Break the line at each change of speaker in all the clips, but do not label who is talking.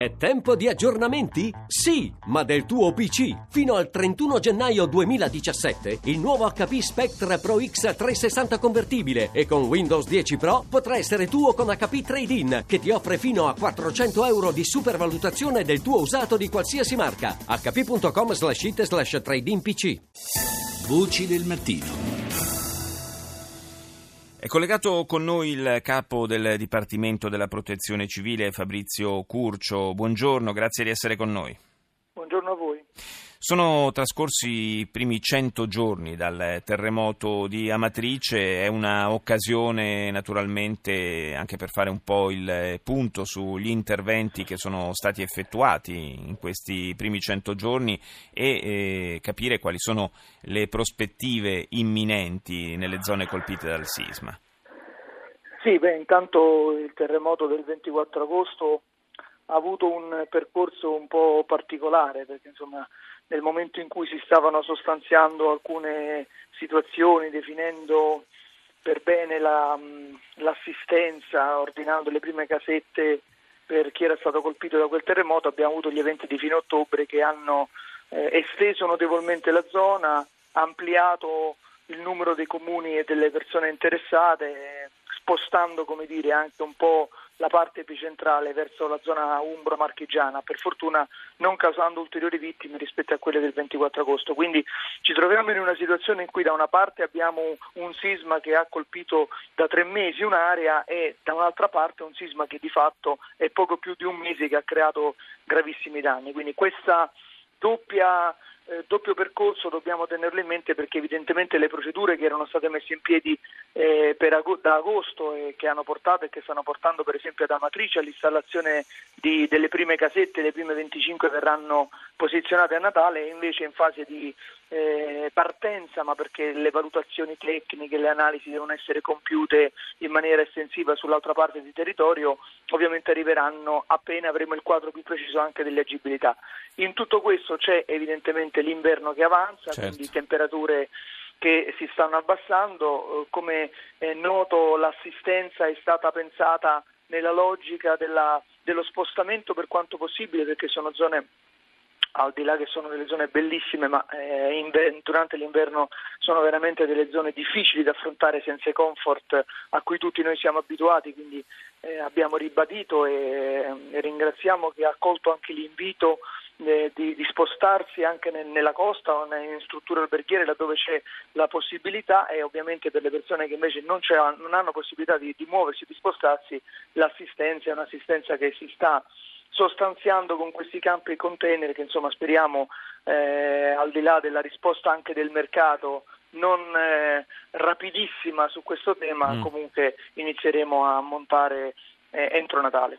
È tempo di aggiornamenti? Sì, ma del tuo PC. Fino al 31 gennaio 2017 il nuovo HP Spectre Pro X 360 convertibile e con Windows 10 Pro potrà essere tuo con HP Trade-in, che ti offre fino a 400 euro di supervalutazione del tuo usato di qualsiasi marca. hp.com/it/trade-in PC.
Voci del mattino. È collegato con noi il capo del Dipartimento della Protezione Civile, Fabrizio Curcio. Buongiorno, grazie di essere con noi.
Buongiorno a voi.
Sono trascorsi i primi 100 giorni dal terremoto di Amatrice, è una occasione naturalmente anche per fare un po' il punto sugli interventi che sono stati effettuati in questi primi 100 giorni e capire quali sono le prospettive imminenti nelle zone colpite dal sisma.
Sì, intanto il terremoto del 24 agosto ha avuto un percorso un po' particolare, perché insomma nel momento in cui si stavano sostanziando alcune situazioni, definendo per bene l'assistenza, ordinando le prime casette per chi era stato colpito da quel terremoto, abbiamo avuto gli eventi di fine ottobre che hanno esteso notevolmente la zona, ampliato il numero dei comuni e delle persone interessate, spostando, come dire, anche un po' la parte epicentrale verso la zona umbro-marchigiana, per fortuna non causando ulteriori vittime rispetto a quelle del 24 agosto. Quindi ci troviamo in una situazione in cui da una parte abbiamo un sisma che ha colpito da 3 mesi un'area e da un'altra parte un sisma che di fatto è poco più di un mese che ha creato gravissimi danni. Quindi questa doppio percorso dobbiamo tenerlo in mente, perché evidentemente le procedure che erano state messe in piedi da agosto e che hanno portato e che stanno portando per esempio ad Amatrice all'installazione delle prime casette, le prime 25 verranno posizionate a Natale, e invece in fase di partenza, ma perché le valutazioni tecniche, le analisi devono essere compiute in maniera estensiva sull'altra parte di territorio, ovviamente arriveranno appena avremo il quadro più preciso anche delle agibilità. In tutto questo c'è evidentemente l'inverno che avanza,
certo.
Quindi temperature che si stanno abbassando. Come è noto, l'assistenza è stata pensata nella logica dello spostamento per quanto possibile, perché sono zone, al di là che sono delle zone bellissime, ma durante l'inverno sono veramente delle zone difficili da affrontare senza i comfort a cui tutti noi siamo abituati, quindi abbiamo ribadito e ringraziamo che ha accolto anche l'invito di spostarsi anche nella costa o in strutture alberghiere laddove c'è la possibilità, e ovviamente per le persone che invece non hanno possibilità di muoversi, di spostarsi, l'assistenza è un'assistenza che si sta sostanziando con questi campi e container che insomma speriamo, al di là della risposta anche del mercato non rapidissima su questo tema, comunque inizieremo a montare entro Natale.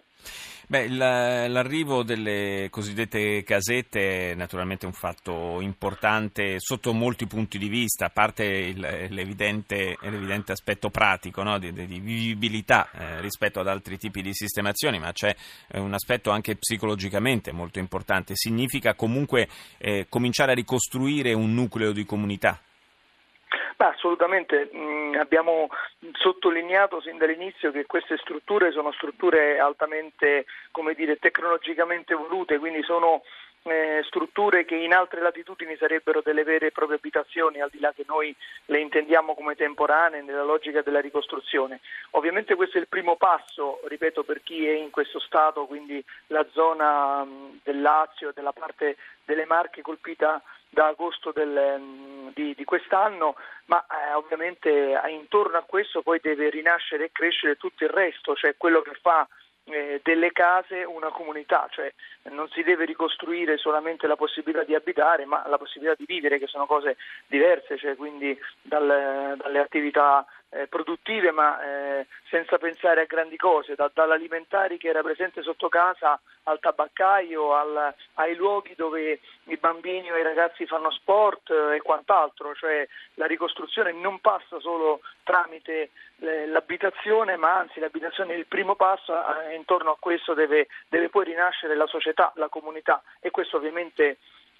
L'arrivo delle cosiddette casette è naturalmente un fatto importante sotto molti punti di vista, a parte l'evidente aspetto pratico, no? di vivibilità rispetto ad altri tipi di sistemazioni, ma c'è un aspetto anche psicologicamente molto importante. Significa comunque cominciare a ricostruire un nucleo di comunità.
Assolutamente, abbiamo sottolineato sin dall'inizio che queste strutture sono strutture altamente, tecnologicamente evolute, quindi sono strutture che in altre latitudini sarebbero delle vere e proprie abitazioni, al di là che noi le intendiamo come temporanee nella logica della ricostruzione. Ovviamente questo è il primo passo, ripeto, per chi è in questo stato, quindi la del Lazio e della parte delle Marche colpita da agosto di quest'anno, ma ovviamente intorno a questo poi deve rinascere e crescere tutto il resto, cioè quello che fa delle case una comunità, cioè non si deve ricostruire solamente la possibilità di abitare, ma la possibilità di vivere, che sono cose diverse, cioè quindi dalle attività produttive, ma senza pensare a grandi cose, dall'alimentari che era presente sotto casa al tabaccaio, ai luoghi dove i bambini o i ragazzi fanno sport e quant'altro, cioè la ricostruzione non passa solo tramite l'abitazione, ma anzi l'abitazione è il primo passo, intorno a questo deve poi rinascere la società, la comunità, e questo ovviamente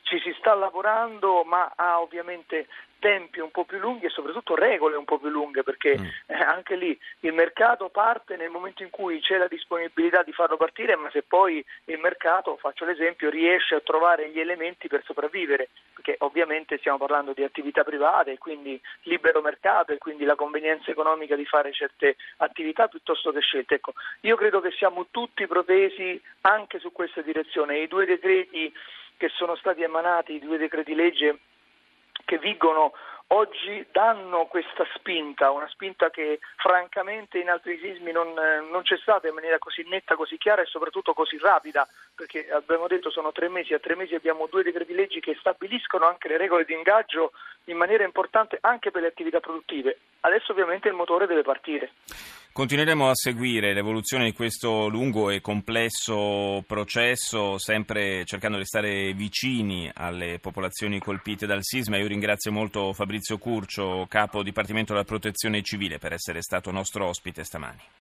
ci si sta lavorando, ma ha ovviamente tempi un po' più lunghi e soprattutto regole un po' più lunghe, perché anche lì il mercato parte nel momento in cui c'è la disponibilità di farlo partire, ma se poi il mercato, faccio l'esempio, riesce a trovare gli elementi per sopravvivere, perché ovviamente stiamo parlando di attività private, quindi libero mercato e quindi la convenienza economica di fare certe attività piuttosto che scelte. Ecco, io credo che siamo tutti protesi anche su questa direzione. I 2 decreti che sono stati emanati, i 2 decreti legge che vigono oggi danno questa spinta, una spinta che francamente in altri sismi non c'è stata in maniera così netta, così chiara e soprattutto così rapida, perché abbiamo detto sono 3 mesi, a 3 mesi abbiamo 2 decreti leggi che stabiliscono anche le regole di ingaggio in maniera importante anche per le attività produttive. Adesso ovviamente il motore deve partire.
Continueremo a seguire l'evoluzione di questo lungo e complesso processo, sempre cercando di stare vicini alle popolazioni colpite dal sisma. Io ringrazio molto Fabrizio Curcio, capo Dipartimento della Protezione Civile, per essere stato nostro ospite stamani.